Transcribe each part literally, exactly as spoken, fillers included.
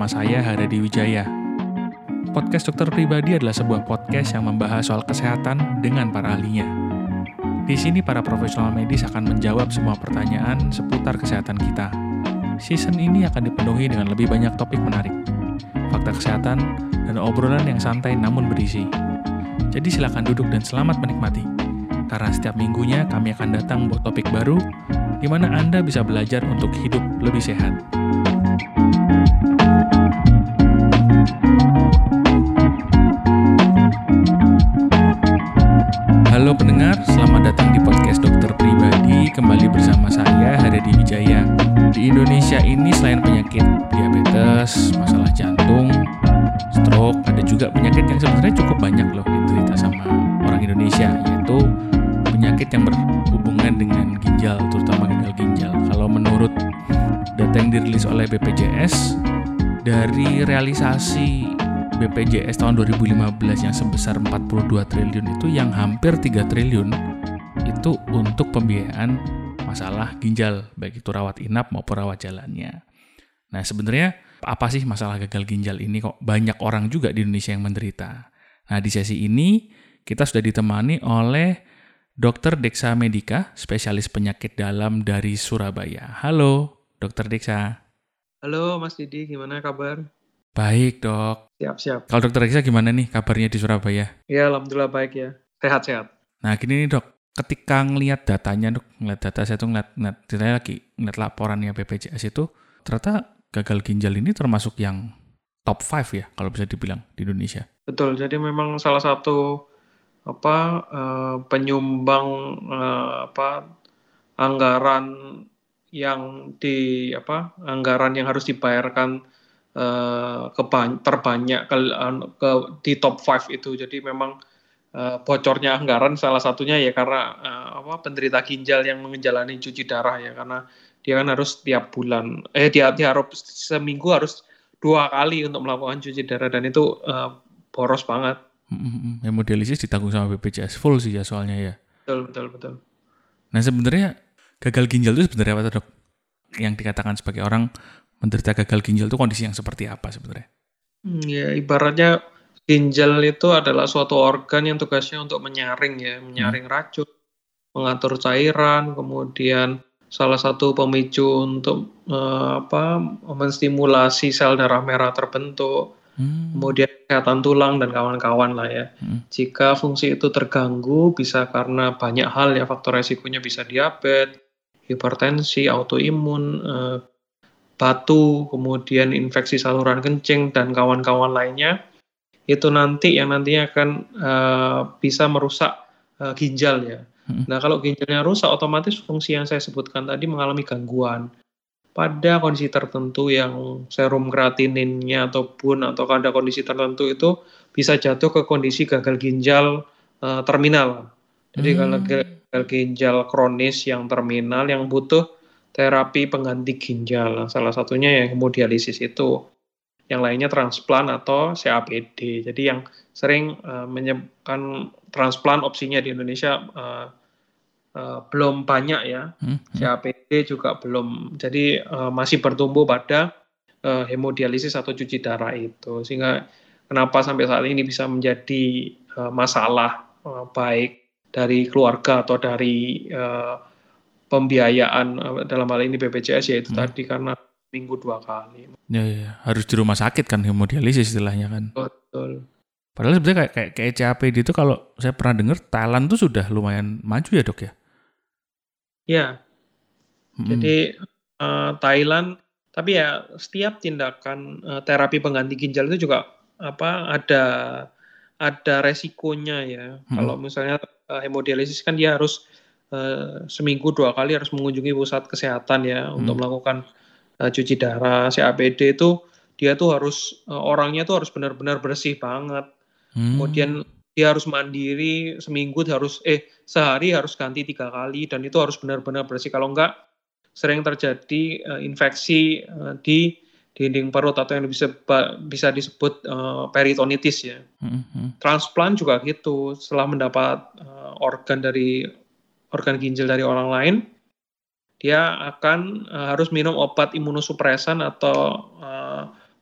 bersama saya Haryadi Wijaya. Podcast Dokter Pribadi adalah sebuah podcast yang membahas soal kesehatan dengan para ahlinya. Di sini para profesional medis akan menjawab semua pertanyaan seputar kesehatan kita. Season ini akan dipenuhi dengan lebih banyak topik menarik, fakta kesehatan, dan obrolan yang santai namun berisi. Jadi silakan duduk dan selamat menikmati. Karena setiap minggunya kami akan datang buat topik baru, di mana Anda bisa belajar untuk hidup lebih sehat. Halo pendengar, selamat datang di podcast Dokter Pribadi. Kembali bersama saya, Haryadi Wijaya. Di Indonesia ini selain penyakit diabetes, masalah jantung, stroke, ada juga penyakit yang sebenarnya cukup banyak loh diderita sama orang Indonesia, yaitu penyakit yang berhubungan dengan ginjal, terutama gagal ginjal. Kalau menurut data yang dirilis oleh B P J S, dari realisasi B P J S tahun dua ribu lima belas yang sebesar empat puluh dua triliun itu, yang hampir tiga triliun itu untuk pembiayaan masalah ginjal, baik itu rawat inap maupun rawat jalannya. Nah, sebenarnya apa sih masalah gagal ginjal ini, kok banyak orang juga di Indonesia yang menderita? Nah, di sesi ini kita sudah ditemani oleh Dokter Deksa Medika, spesialis penyakit dalam dari Surabaya. Halo, Dokter Deksa. Halo Mas Didi, gimana kabar? Baik, Dok. Siap-siap. Kalau Dokter Deksa gimana nih kabarnya di Surabaya? Ya, alhamdulillah baik ya. Sehat-sehat. Nah, gini nih, Dok. Ketika ngelihat datanya, Dok, ngelihat data saya tuh ngelihat, ngelihat saya lagi ngelihat laporannya B P J S itu, ternyata gagal ginjal ini termasuk yang top lima ya, kalau bisa dibilang di Indonesia. Betul, jadi memang salah satu apa uh, penyumbang uh, apa anggaran yang di apa anggaran yang harus dibayarkan uh, ke terbanyak ke, uh, ke di top lima itu. Jadi memang uh, bocornya anggaran salah satunya ya karena uh, apa penderita ginjal yang menjalani cuci darah ya, karena dia kan harus tiap bulan eh dia, dia harus seminggu harus dua kali untuk melakukan cuci darah, dan itu uh, boros banget. Hmm, hemodialisis ditanggung sama B P J S full sih ya soalnya ya. Betul, betul, betul. Nah, sebenarnya gagal ginjal itu sebenarnya apa, Dok? Yang dikatakan sebagai orang menderita gagal ginjal itu kondisi yang seperti apa sebenarnya? Hmm, ya, ibaratnya ginjal itu adalah suatu organ yang tugasnya untuk menyaring ya, menyaring hmm. racun, mengatur cairan, kemudian salah satu pemicu untuk uh, apa menstimulasi sel darah merah terbentuk. Hmm. Kemudian kesehatan tulang dan kawan-kawan lah ya. Hmm. Jika fungsi itu terganggu, bisa karena banyak hal ya, faktor resikonya bisa diabetes, hipertensi, autoimun, eh, batu, kemudian infeksi saluran kencing dan kawan-kawan lainnya. Itu nanti yang nantinya akan eh, bisa merusak eh, ginjal ya. Hmm. Nah, kalau ginjalnya rusak, otomatis fungsi yang saya sebutkan tadi mengalami gangguan. Pada kondisi tertentu yang serum kreatininnya ataupun atau ada kondisi tertentu itu bisa jatuh ke kondisi gagal ginjal uh, terminal. Jadi hmm. kalau gagal ginjal kronis yang terminal yang butuh terapi pengganti ginjal, salah satunya yang hemodialisis itu, yang lainnya transplant atau C A P D. Jadi yang sering uh, menyebabkan transplant opsinya di Indonesia uh, Uh, belum banyak ya, hmm, hmm. C A P D juga belum, jadi uh, masih bertumbuh pada uh, hemodialisis atau cuci darah itu, sehingga kenapa sampai saat ini bisa menjadi uh, masalah uh, baik dari keluarga atau dari uh, pembiayaan uh, dalam hal ini B P J S yaitu hmm. tadi karena minggu dua kali. Ya, ya, harus di rumah sakit kan hemodialisis istilahnya kan. Betul. Padahal sebenarnya kayak kayak, kayak C A P D itu kalau saya pernah dengar Thailand tuh sudah lumayan maju ya, Dok ya. Ya, hmm. jadi uh, Thailand, tapi ya setiap tindakan uh, terapi pengganti ginjal itu juga apa ada ada resikonya ya. Hmm. Kalau misalnya uh, hemodialisis kan dia harus uh, seminggu dua kali harus mengunjungi pusat kesehatan ya hmm. untuk melakukan uh, cuci darah. C A P D itu dia tuh harus uh, orangnya tuh harus benar-benar bersih banget. Hmm. Kemudian dia harus mandiri, seminggu harus eh sehari harus ganti tiga kali, dan itu harus benar-benar bersih. Kalau enggak sering terjadi uh, infeksi uh, di dinding perut atau yang bisa bisa disebut uh, peritonitis ya. Mm-hmm. Transplant juga gitu. Setelah mendapat uh, organ dari organ ginjal dari orang lain, dia akan uh, harus minum obat imunosupresan atau uh,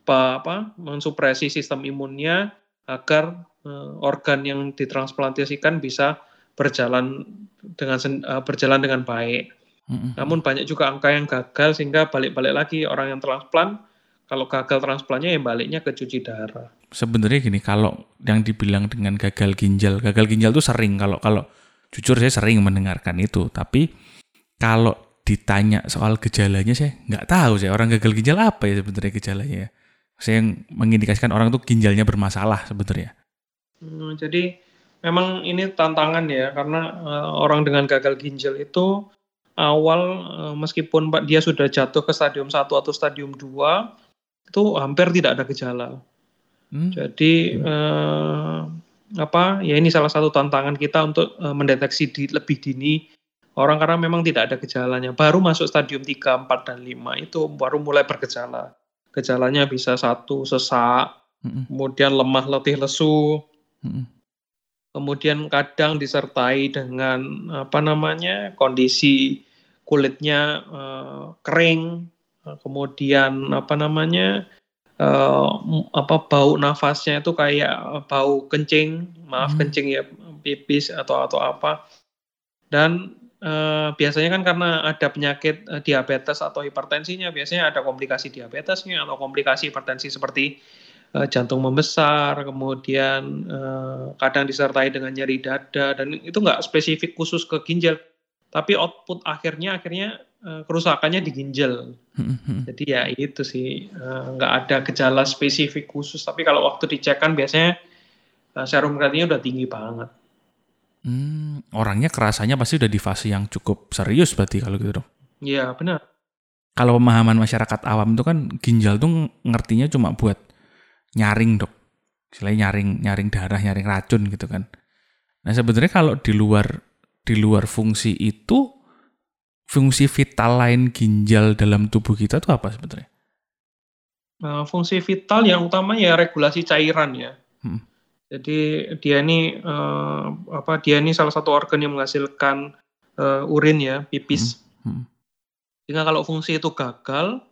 apa, apa mensupresi sistem imunnya agar uh, organ yang ditransplantasikan bisa berjalan dengan uh, berjalan dengan baik. Mm-hmm. Namun banyak juga angka yang gagal sehingga balik-balik lagi orang yang transplant, kalau gagal transplantnya ya baliknya ke cuci darah. Sebenarnya gini, kalau yang dibilang dengan gagal ginjal, gagal ginjal itu sering, kalau kalau jujur saya sering mendengarkan itu, tapi kalau ditanya soal gejalanya saya nggak tahu saya orang gagal ginjal apa ya sebenarnya gejalanya ya. Saya yang mengindikasikan orang tuh ginjalnya bermasalah sebenarnya. Hmm, jadi memang ini tantangan ya, karena uh, orang dengan gagal ginjal itu awal uh, meskipun dia sudah jatuh ke stadium satu atau stadium dua itu hampir tidak ada gejala. Hmm. Jadi hmm. Uh, apa ya ini salah satu tantangan kita untuk uh, mendeteksi di, lebih dini orang, karena memang tidak ada gejalanya. Baru masuk stadium tiga, empat, dan lima itu baru mulai bergejala. Gejalanya bisa satu, sesak, mm-hmm. kemudian lemah, letih, lesu, mm-hmm. kemudian kadang disertai dengan apa namanya kondisi kulitnya uh, kering, kemudian apa namanya uh, apa bau nafasnya itu kayak bau kencing, maaf mm-hmm. kencing ya, pipis atau atau apa, dan Uh, biasanya kan karena ada penyakit uh, diabetes atau hipertensinya, biasanya ada komplikasi diabetesnya atau komplikasi hipertensi seperti uh, jantung membesar, kemudian uh, kadang disertai dengan nyeri dada, dan itu nggak spesifik khusus ke ginjal, tapi output akhirnya akhirnya uh, kerusakannya di ginjal. Jadi ya itu sih, uh, nggak ada gejala spesifik khusus, tapi kalau waktu dicek kan biasanya uh, serum kreatinnya udah tinggi banget. Hmm, orangnya kerasanya pasti udah di fase yang cukup serius berarti kalau gitu dong. Iya benar. Kalau pemahaman masyarakat awam itu kan ginjal tuh ngertinya cuma buat nyaring dok, istilahnya nyaring nyaring darah, nyaring racun gitu kan. Nah sebenarnya kalau di luar di luar fungsi itu, fungsi vital lain ginjal dalam tubuh kita tuh apa sebenarnya? Nah, fungsi vital yang utama ya regulasi cairan ya. Hmm. Jadi dia ini uh, apa dia ini salah satu organ yang menghasilkan uh, urin ya, pipis. Hmm. Hmm. Sehingga kalau fungsi itu gagal,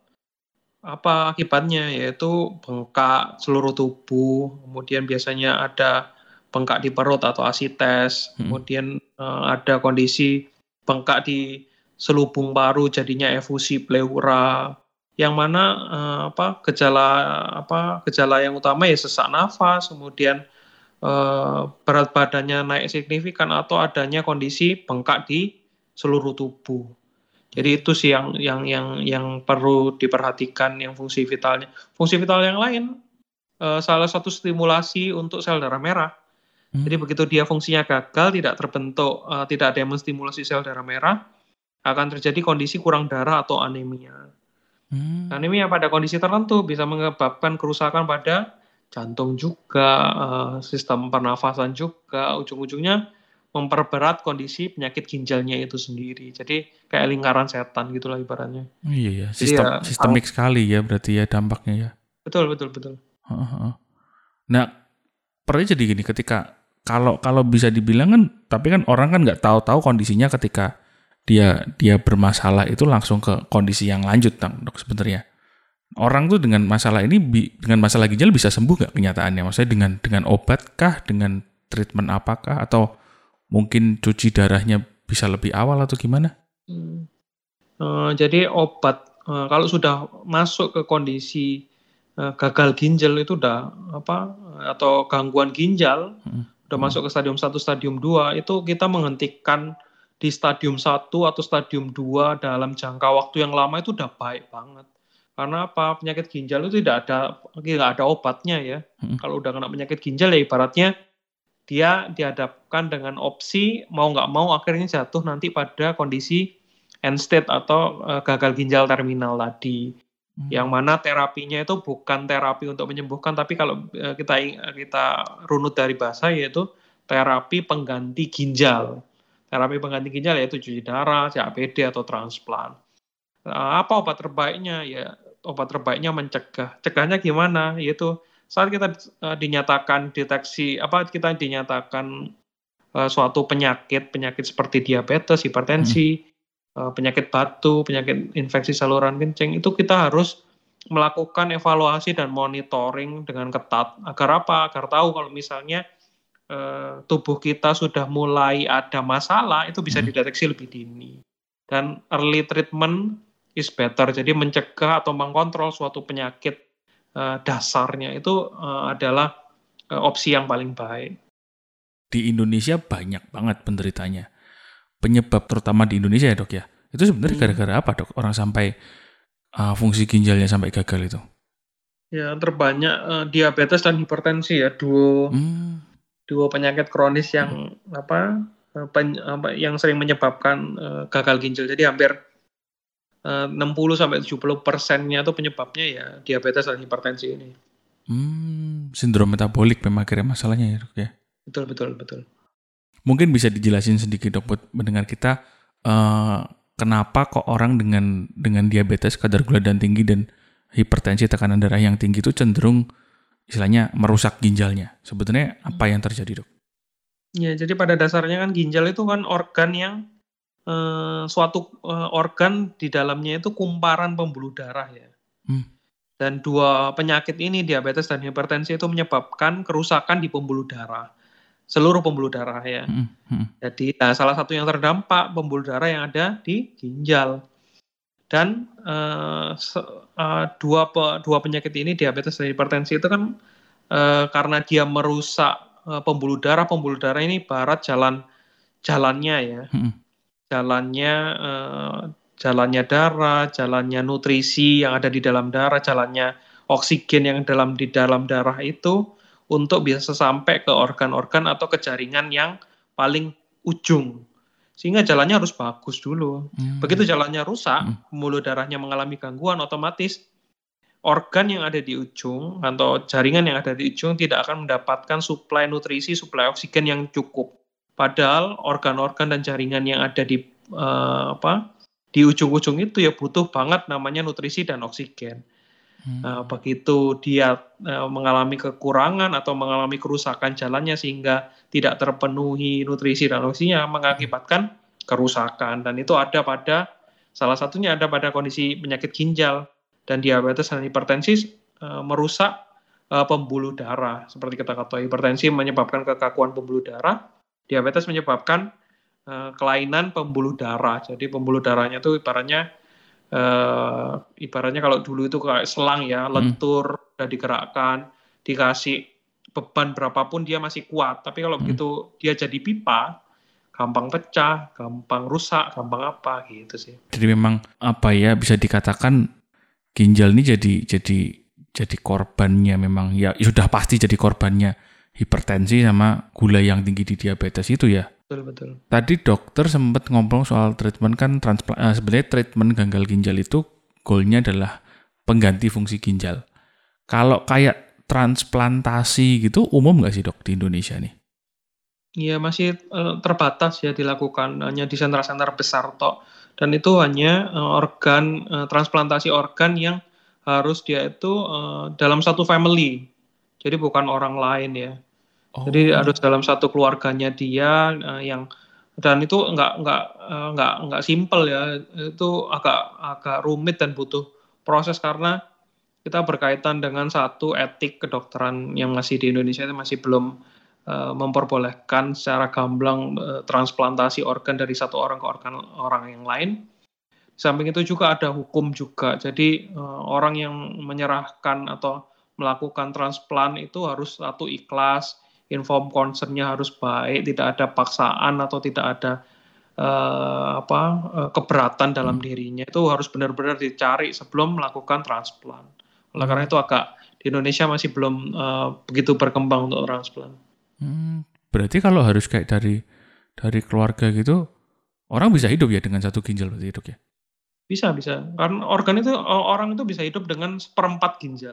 apa akibatnya? Yaitu bengkak seluruh tubuh, kemudian biasanya ada bengkak di perut atau asites, hmm. kemudian uh, ada kondisi bengkak di selubung paru jadinya efusi pleura. Yang mana uh, apa gejala apa gejala yang utama ya sesak nafas, kemudian Uh, berat badannya naik signifikan atau adanya kondisi bengkak di seluruh tubuh. Jadi itu sih yang yang yang yang perlu diperhatikan yang fungsi vitalnya. Fungsi vital yang lain uh, salah satu stimulasi untuk sel darah merah. Hmm. Jadi begitu dia fungsinya gagal, tidak terbentuk, uh, tidak ada yang menstimulasi sel darah merah, akan terjadi kondisi kurang darah atau anemia. Hmm. Anemia pada kondisi tertentu bisa menyebabkan kerusakan pada jantung juga, uh, sistem pernafasan juga, ujung-ujungnya memperberat kondisi penyakit ginjalnya itu sendiri. Jadi kayak lingkaran setan gitulah ibaratnya. Iya ya, sistem ya, sistemik ang- sekali ya berarti ya dampaknya ya. Betul betul betul. Nah, pertanyaan jadi gini, ketika kalau kalau bisa dibilang kan, tapi kan orang kan nggak tahu-tahu kondisinya ketika dia dia bermasalah itu langsung ke kondisi yang lanjut, dok sebenarnya. Orang tuh dengan masalah ini, dengan masalah ginjal bisa sembuh nggak kenyataannya? Maksudnya dengan dengan obat kah, dengan treatment apakah, atau mungkin cuci darahnya bisa lebih awal atau gimana? Hmm. Uh, jadi obat uh, kalau sudah masuk ke kondisi uh, gagal ginjal itu udah apa atau gangguan ginjal, hmm. udah hmm. masuk ke stadium satu, stadium dua, itu kita menghentikan di stadium satu atau stadium dua dalam jangka waktu yang lama itu udah baik banget. Karena apa? Penyakit ginjal itu tidak ada tidak ada obatnya ya. Hmm. Kalau udah kena penyakit ginjal ya ibaratnya dia dihadapkan dengan opsi mau nggak mau akhirnya jatuh nanti pada kondisi end state atau uh, gagal ginjal terminal tadi. Hmm. Yang mana terapinya itu bukan terapi untuk menyembuhkan, tapi kalau uh, kita kita runut dari bahasa yaitu terapi pengganti ginjal. Terapi pengganti ginjal yaitu cuci darah, C A P D atau transplant. Uh, apa obat terbaiknya? Ya obat terbaiknya mencegah. Cegahnya gimana? Yaitu saat kita uh, dinyatakan deteksi apa kita dinyatakan uh, suatu penyakit penyakit seperti diabetes, hipertensi, hmm. uh, penyakit batu, penyakit infeksi saluran kencing, itu kita harus melakukan evaluasi dan monitoring dengan ketat. Agar apa? Agar tahu kalau misalnya uh, tubuh kita sudah mulai ada masalah, itu bisa Hmm. dideteksi lebih dini. Dan early treatment is better. Jadi mencegah atau mengkontrol suatu penyakit uh, dasarnya itu uh, adalah uh, opsi yang paling baik. Di Indonesia banyak banget penderitanya. Penyebab terutama di Indonesia ya dok ya. Itu sebenarnya Hmm. gara-gara apa dok? Orang sampai uh, fungsi ginjalnya sampai gagal itu? Ya terbanyak uh, diabetes dan hipertensi ya, duo Hmm. duo penyakit kronis yang hmm. apa, pen, apa yang sering menyebabkan uh, gagal ginjal. Jadi hampir uh, enam puluh sampai tujuh puluh persennya itu penyebabnya ya diabetes dan hipertensi ini. Hmm, sindrom metabolik memang akhirnya masalahnya ya dok ya. Betul betul betul. Mungkin bisa dijelasin sedikit dok buat mendengar kita uh, kenapa kok orang dengan dengan diabetes, kadar gula darah tinggi dan hipertensi, tekanan darah yang tinggi itu cenderung istilahnya merusak ginjalnya. Sebetulnya apa yang terjadi dok? Ya jadi pada dasarnya kan ginjal itu kan organ yang uh, suatu uh, organ di dalamnya itu kumparan pembuluh darah ya. Hmm. Dan dua penyakit ini diabetes dan hipertensi itu menyebabkan kerusakan di pembuluh darah. Seluruh pembuluh darah ya. Hmm, hmm. Jadi nah, salah satu yang terdampak pembuluh darah yang ada di ginjal. Dan uh, uh, dua pe, dua penyakit ini diabetes dan hipertensi itu kan uh, karena dia merusak uh, pembuluh darah, pembuluh darah ini barat jalan jalannya ya. Hmm. Jalannya uh, jalannya darah, jalannya nutrisi yang ada di dalam darah, jalannya oksigen yang dalam di dalam darah itu untuk bisa sampai ke organ-organ atau ke jaringan yang paling ujung. Sehingga jalannya harus bagus dulu. Hmm. Begitu jalannya rusak, hmm. pembuluh darahnya mengalami gangguan, otomatis organ yang ada di ujung atau jaringan yang ada di ujung tidak akan mendapatkan suplai nutrisi, suplai oksigen yang cukup. Padahal organ-organ dan jaringan yang ada di uh, apa di ujung-ujung itu ya butuh banget namanya nutrisi dan oksigen. Hmm. Nah, begitu dia uh, mengalami kekurangan atau mengalami kerusakan jalannya sehingga tidak terpenuhi nutrisi dan oksigennya, mengakibatkan kerusakan. Dan itu ada pada, salah satunya ada pada kondisi penyakit ginjal. Dan diabetes dan hipertensi uh, merusak uh, pembuluh darah. Seperti kita katakan, hipertensi menyebabkan kekakuan pembuluh darah, diabetes menyebabkan uh, kelainan pembuluh darah. Jadi pembuluh darahnya itu ibaratnya Uh, ibaratnya kalau dulu itu kayak selang ya, lentur, hmm. udah digerakkan, dikasih beban berapapun dia masih kuat. Tapi kalau hmm. begitu dia jadi pipa, gampang pecah, gampang rusak, gampang apa gitu sih. Jadi memang apa ya, bisa dikatakan ginjal ini jadi jadi jadi korbannya memang ya, sudah pasti jadi korbannya hipertensi sama gula yang tinggi di diabetes itu ya. Betul, betul. Tadi dokter sempat ngomong soal treatment kan transplant, eh, sebenarnya treatment gagal ginjal itu goalnya adalah pengganti fungsi ginjal. Kalau kayak transplantasi gitu umum nggak sih dok di Indonesia nih? Iya masih uh, terbatas ya dilakukan, hanya di sentra-sentra besar tok. Dan itu hanya uh, organ, uh, transplantasi organ yang harus dia itu uh, dalam satu family. Jadi bukan orang lain ya. Oh. Jadi harus dalam satu keluarganya dia uh, yang dan itu nggak nggak uh, nggak nggak simpel ya, itu agak agak rumit dan butuh proses karena kita berkaitan dengan satu etik kedokteran yang masih di Indonesia itu masih belum uh, memperbolehkan secara gamblang uh, transplantasi organ dari satu orang ke organ orang yang lain. Di samping itu juga ada hukum juga, jadi uh, orang yang menyerahkan atau melakukan transplant itu harus satu ikhlas, inform concern-nya harus baik, tidak ada paksaan atau tidak ada uh, apa uh, keberatan dalam dirinya. Itu harus benar-benar dicari sebelum melakukan transplant. Oleh karena itu agak di Indonesia masih belum uh, begitu berkembang untuk transplant. Hmm, berarti kalau harus kayak dari dari keluarga gitu, orang bisa hidup ya dengan satu ginjal berarti hidup ya? Bisa, bisa. Karena organ itu orang itu bisa hidup dengan seperempat ginjal.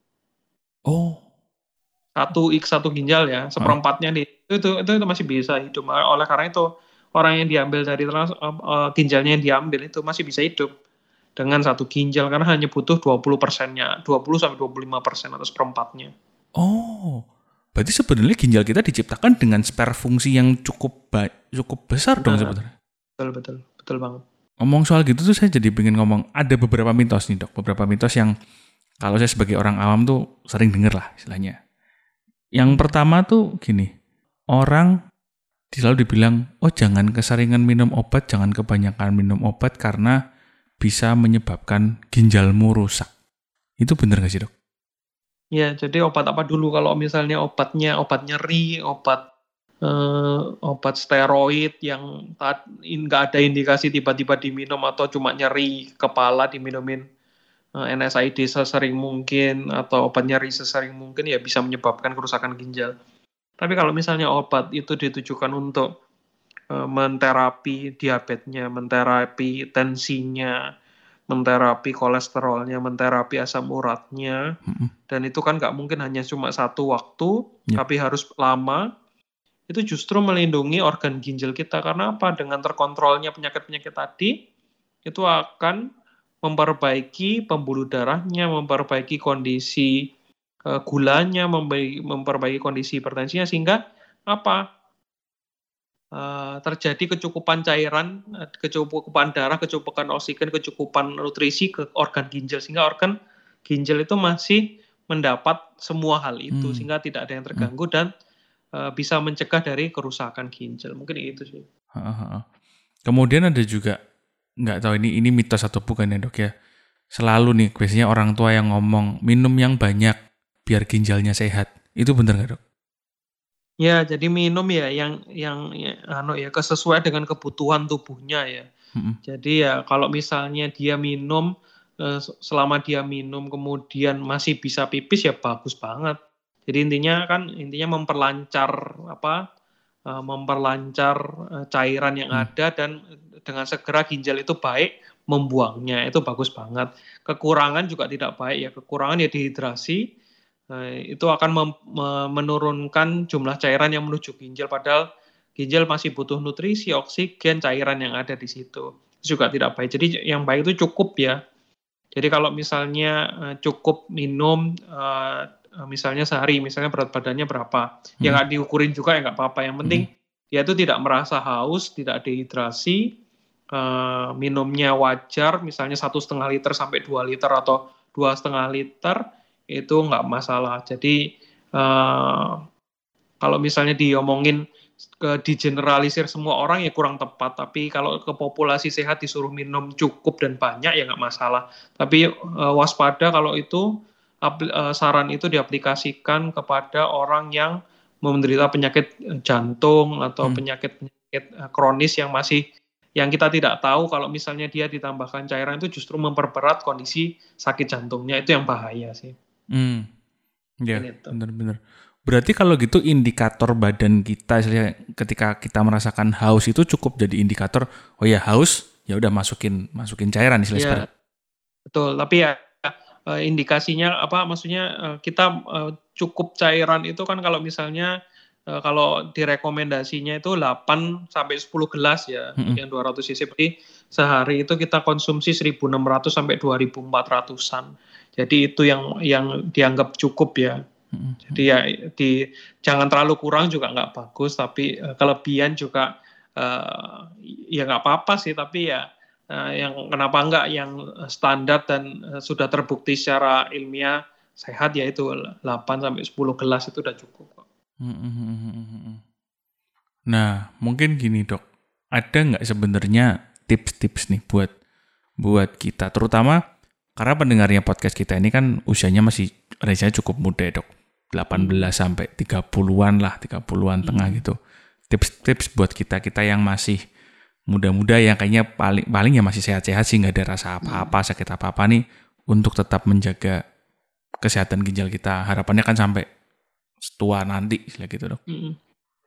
Oh. Satu X satu ginjal ya, seperempatnya nih itu, itu itu masih bisa hidup. Oleh karena itu orang yang diambil dari trans, uh, ginjalnya yang diambil itu masih bisa hidup dengan satu ginjal karena hanya butuh dua puluh persennya, dua puluh sampai dua puluh lima persen atau seperempatnya. Oh, berarti sebenarnya ginjal kita diciptakan dengan spare fungsi yang cukup ba- cukup besar dong nah, sebenarnya. Betul betul betul banget. Ngomong soal gitu tuh saya jadi pengen ngomong ada beberapa mitos nih dok, beberapa mitos yang Kalau saya sebagai orang awam tuh sering denger lah istilahnya. Yang pertama tuh gini, orang selalu dibilang, oh jangan keseringan minum obat, jangan kebanyakan minum obat karena bisa menyebabkan ginjalmu rusak. Itu bener gak sih dok? Ya, jadi obat apa dulu kalau misalnya obatnya obat nyeri, obat eh, obat steroid yang nggak ada indikasi tiba-tiba diminum atau cuma nyeri kepala diminumin eh, N S A I D sesering mungkin atau obat nyeri sesering mungkin ya bisa menyebabkan kerusakan ginjal. Tapi kalau misalnya obat itu ditujukan untuk eh, menterapi diabetesnya, menterapi tensinya, menterapi kolesterolnya, menterapi asam uratnya, Mm-mm. dan itu kan nggak mungkin hanya cuma satu waktu, Yep. tapi harus lama. Itu justru melindungi organ ginjal kita. Karena apa? Dengan terkontrolnya penyakit-penyakit tadi, itu akan memperbaiki pembuluh darahnya, memperbaiki kondisi uh, gulanya, memperbaiki kondisi hipertensinya, sehingga apa? Uh, terjadi kecukupan cairan, kecukupan darah, kecukupan oksigen, kecukupan nutrisi ke organ ginjal, sehingga organ ginjal itu masih mendapat semua hal itu, hmm. sehingga tidak ada yang terganggu hmm. dan uh, bisa mencegah dari kerusakan ginjal. Mungkin itu sih. Kemudian ada juga, nggak tahu ini ini mitos atau bukan ya dok ya, selalu nih biasanya orang tua yang ngomong minum yang banyak biar ginjalnya sehat. Itu benar nggak dok? Ya, jadi minum ya yang yang ya, anu ya kesesuaian dengan kebutuhan tubuhnya ya. Mm-hmm. Jadi ya kalau misalnya dia minum eh, selama dia minum kemudian masih bisa pipis ya bagus banget. Jadi intinya kan intinya memperlancar apa? Uh, memperlancar uh, cairan yang mm. ada dan dengan segera ginjal itu baik membuangnya itu bagus banget. Kekurangan juga tidak baik ya. Kekurangan ya dehidrasi. Nah, itu akan mem- menurunkan jumlah cairan yang menuju ginjal, padahal ginjal masih butuh nutrisi, oksigen, cairan yang ada di situ. Itu juga tidak baik. Jadi yang baik itu cukup ya. Jadi kalau misalnya uh, cukup minum, uh, misalnya sehari, misalnya berat badannya berapa, hmm. ya nggak diukurin juga ya nggak apa-apa. Yang penting hmm. dia itu tidak merasa haus, tidak dehidrasi, uh, minumnya wajar, misalnya satu setengah liter sampai dua liter atau dua setengah liter. Itu nggak masalah. Jadi uh, kalau misalnya diomongin ke digeneralisir semua orang ya kurang tepat. Tapi kalau ke populasi sehat disuruh minum cukup dan banyak ya nggak masalah. Tapi uh, waspada kalau itu apl- uh, saran itu diaplikasikan kepada orang yang menderita penyakit jantung atau hmm. penyakit-penyakit uh, kronis yang masih yang kita tidak tahu kalau misalnya dia ditambahkan cairan itu justru memperberat kondisi sakit jantungnya. Itu yang bahaya sih. Hmm, ya benar-benar. Berarti kalau gitu indikator badan kita, ketika kita merasakan haus itu cukup jadi indikator. Oh ya haus, ya udah masukin masukin cairan istilahnya. Ya, betul. Tapi ya indikasinya apa? Maksudnya kita cukup cairan itu kan kalau misalnya kalau direkomendasinya itu delapan sampai sepuluh gelas ya, mm-hmm. yang dua ratus cc. Berarti sehari itu kita konsumsi seribu enam ratus sampai dua ribu empat ratusan. Jadi itu yang yang dianggap cukup ya. Mm-hmm. Jadi ya di jangan terlalu kurang juga nggak bagus, tapi uh, kelebihan juga uh, ya nggak apa-apa sih. Tapi ya uh, yang kenapa nggak yang standar dan uh, sudah terbukti secara ilmiah sehat yaitu delapan sampai sepuluh gelas itu udah cukup kok. Mm-hmm. Nah mungkin gini dok, ada nggak sebenarnya tips-tips nih buat buat kita, terutama karena pendengarnya podcast kita ini kan usianya masih range-nya cukup muda dok. delapan belas sampai tiga puluhan lah, tiga puluhan hmm. tengah gitu. Tips-tips buat kita-kita yang masih muda-muda yang kayaknya paling paling ya masih sehat-sehat sih, nggak ada rasa apa-apa, hmm. sakit apa-apa nih untuk tetap menjaga kesehatan ginjal kita. Harapannya kan sampai tua nanti gitu dok. Hmm.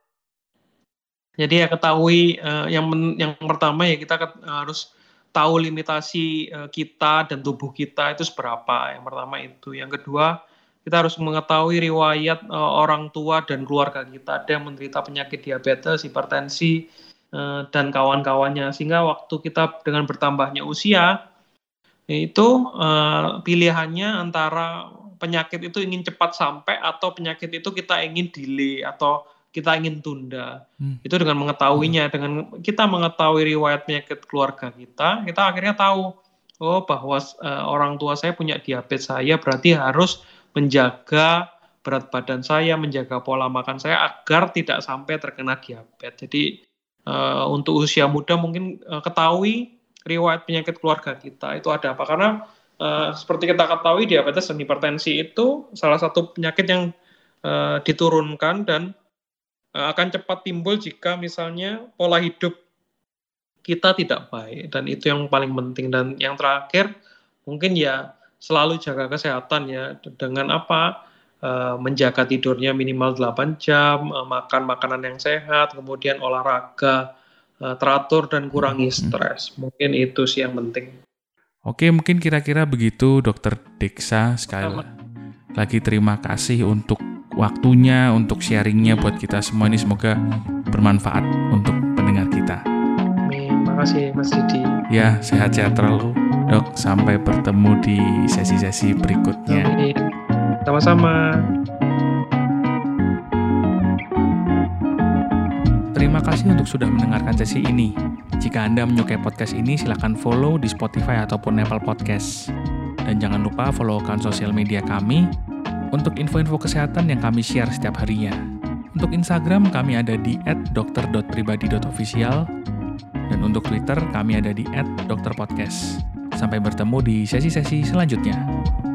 Jadi ya ketahui uh, yang men- yang pertama ya kita ket- harus tahu limitasi uh, kita dan tubuh kita itu seberapa. Yang pertama itu. Yang kedua, kita harus mengetahui riwayat uh, orang tua dan keluarga kita. Ada yang menderita penyakit diabetes, hipertensi, uh, dan kawan-kawannya. Sehingga waktu kita dengan bertambahnya usia, itu uh, pilihannya antara penyakit itu ingin cepat sampai atau penyakit itu kita ingin delay atau kita ingin tunda. Hmm. Itu dengan mengetahuinya, hmm. dengan kita mengetahui riwayat penyakit keluarga kita, kita akhirnya tahu, oh bahwa uh, orang tua saya punya diabetes, saya berarti harus menjaga berat badan saya, menjaga pola makan saya agar tidak sampai terkena diabetes. Jadi uh, untuk usia muda mungkin uh, ketahui riwayat penyakit keluarga kita itu ada apa, karena uh, seperti kita ketahui diabetes dan hipertensi itu salah satu penyakit yang uh, diturunkan dan uh, akan cepat timbul jika misalnya pola hidup kita tidak baik, dan itu yang paling penting. Dan yang terakhir mungkin ya selalu jaga kesehatan ya, dengan apa, uh, menjaga tidurnya minimal delapan jam, uh, makan makanan yang sehat, kemudian olahraga uh, teratur dan kurangi stres. Mungkin itu sih yang penting. Oke, mungkin kira-kira begitu Dokter Deksa. Sekali Sama. lagi terima kasih untuk waktunya, untuk sharingnya buat kita semua ini, semoga bermanfaat untuk pendengar kita. Terima kasih Mas Didi. Ya, sehat-sehat terlalu Dok, sampai bertemu di sesi-sesi berikutnya. Amin. Sama-sama. Terima kasih untuk sudah mendengarkan sesi ini. Jika Anda menyukai podcast ini, silakan follow di Spotify ataupun Apple Podcast. Dan jangan lupa follow akun sosial media kami untuk info-info kesehatan yang kami share setiap harinya. Untuk Instagram, kami ada di et dokter dot pribadi dot official. Dan untuk Twitter, kami ada di et dokter podcast. Sampai bertemu di sesi-sesi selanjutnya.